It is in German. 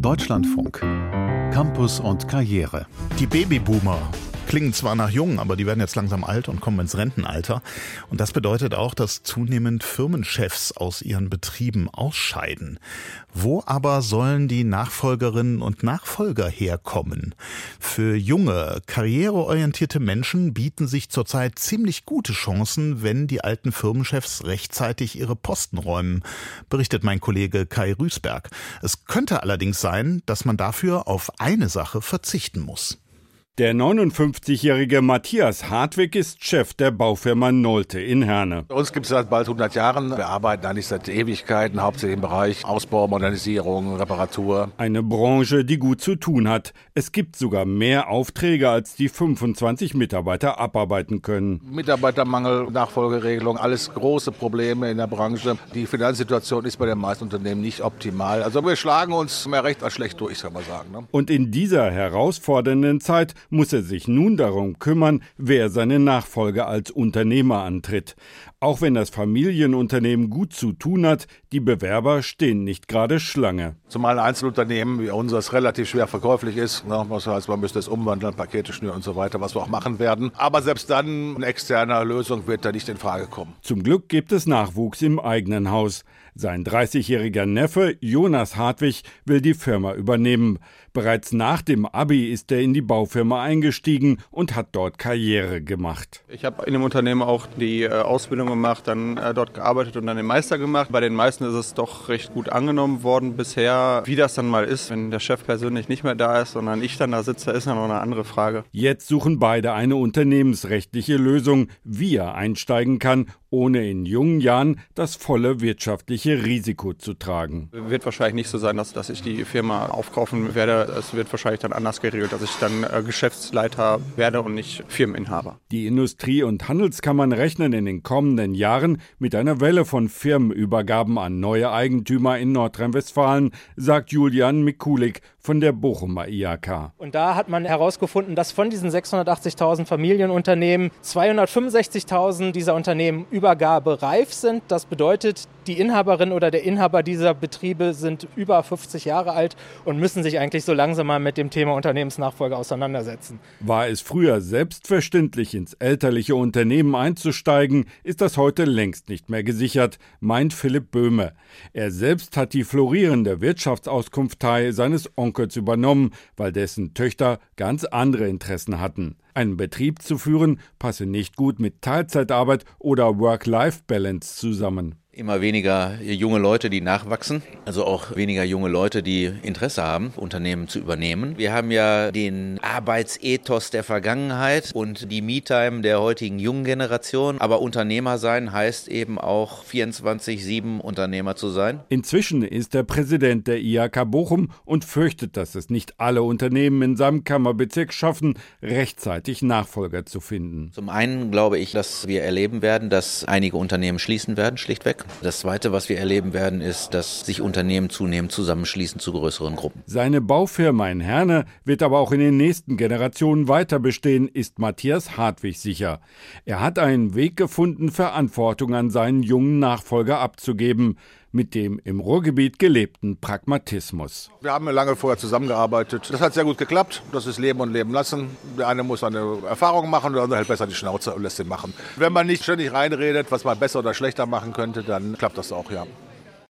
Deutschlandfunk. Campus und Karriere. Die Babyboomer klingen zwar nach jung, aber die werden jetzt langsam alt und kommen ins Rentenalter. Und das bedeutet auch, dass zunehmend Firmenchefs aus ihren Betrieben ausscheiden. Wo aber sollen die Nachfolgerinnen und Nachfolger herkommen? Für junge, karriereorientierte Menschen bieten sich zurzeit ziemlich gute Chancen, wenn die alten Firmenchefs rechtzeitig ihre Posten räumen, berichtet mein Kollege Kai Rüßberg. Es könnte allerdings sein, dass man dafür auf eine Sache verzichten muss. Der 59-jährige Matthias Hartwig ist Chef der Baufirma Nolte in Herne. Bei uns gibt es seit bald 100 Jahren. Wir arbeiten eigentlich seit Ewigkeiten, hauptsächlich im Bereich Ausbau, Modernisierung, Reparatur. Eine Branche, die gut zu tun hat. Es gibt sogar mehr Aufträge, als die 25 Mitarbeiter abarbeiten können. Mitarbeitermangel, Nachfolgeregelung, alles große Probleme in der Branche. Die Finanzsituation ist bei den meisten Unternehmen nicht optimal. Also wir schlagen uns mehr recht als schlecht durch, kann man sagen. Ne? Und in dieser herausfordernden Zeit muss er sich nun darum kümmern, wer seine Nachfolge als Unternehmer antritt. Auch wenn das Familienunternehmen gut zu tun hat, die Bewerber stehen nicht gerade Schlange. Zumal ein Einzelunternehmen wie unseres relativ schwer verkäuflich ist. Das heißt, man müsste es umwandeln, Pakete schnüren und so weiter, was wir auch machen werden. Aber selbst dann, eine externe Lösung wird da nicht in Frage kommen. Zum Glück gibt es Nachwuchs im eigenen Haus. Sein 30-jähriger Neffe Jonas Hartwig will die Firma übernehmen. Bereits nach dem Abi ist er in die Baufirma eingestiegen und hat dort Karriere gemacht. Ich habe in dem Unternehmen auch die Ausbildung gemacht, dann dort gearbeitet und dann den Meister gemacht. Bei den meisten ist es doch recht gut angenommen worden bisher. Wie das dann mal ist, wenn der Chef persönlich nicht mehr da ist, sondern ich dann da sitze, ist dann noch eine andere Frage. Jetzt suchen beide eine unternehmensrechtliche Lösung, wie er einsteigen kann, ohne in jungen Jahren das volle wirtschaftliche Risiko zu tragen. Wird wahrscheinlich nicht so sein, dass ich die Firma aufkaufen werde. Es wird wahrscheinlich dann anders geregelt, dass ich dann Geschäftsleiter werde und nicht Firmeninhaber. Die Industrie- und Handelskammern rechnen in den kommenden Jahren mit einer Welle von Firmenübergaben an neue Eigentümer in Nordrhein-Westfalen, sagt Julian Mikulik von der Bochumer IHK. Und da hat man herausgefunden, dass von diesen 680.000 Familienunternehmen 265.000 dieser Unternehmen übergabereif sind. Das bedeutet, die Inhaberin oder der Inhaber dieser Betriebe sind über 50 Jahre alt und müssen sich eigentlich so langsam mal mit dem Thema Unternehmensnachfolge auseinandersetzen. War es früher selbstverständlich, ins elterliche Unternehmen einzusteigen, ist das heute längst nicht mehr gesichert, meint Philipp Böhme. Er selbst hat die florierende Wirtschaftsauskunftei seines Onkels übernommen, weil dessen Töchter ganz andere Interessen hatten. Einen Betrieb zu führen, passe nicht gut mit Teilzeitarbeit oder Work-Life-Balance zusammen. Immer weniger junge Leute, die nachwachsen, also auch weniger junge Leute, die Interesse haben, Unternehmen zu übernehmen. Wir haben ja den Arbeitsethos der Vergangenheit und die Me-Time der heutigen jungen Generation. Aber Unternehmer sein heißt eben auch 24/7 Unternehmer zu sein. Inzwischen ist er Präsident der IHK Bochum und fürchtet, dass es nicht alle Unternehmen in seinem Kammerbezirk schaffen, rechtzeitig Nachfolger zu finden. Zum einen glaube ich, dass wir erleben werden, dass einige Unternehmen schließen werden, schlichtweg. Das Zweite, was wir erleben werden, ist, dass sich Unternehmen zunehmend zusammenschließen zu größeren Gruppen. Seine Baufirma in Herne wird aber auch in den nächsten Generationen weiter bestehen, ist Matthias Hartwig sicher. Er hat einen Weg gefunden, Verantwortung an seinen jungen Nachfolger abzugeben, mit dem im Ruhrgebiet gelebten Pragmatismus. Wir haben lange vorher zusammengearbeitet. Das hat sehr gut geklappt. Das ist Leben und Leben lassen. Der eine muss eine Erfahrung machen, der andere hält besser die Schnauze und lässt ihn machen. Wenn man nicht ständig reinredet, was man besser oder schlechter machen könnte, dann klappt das auch, ja.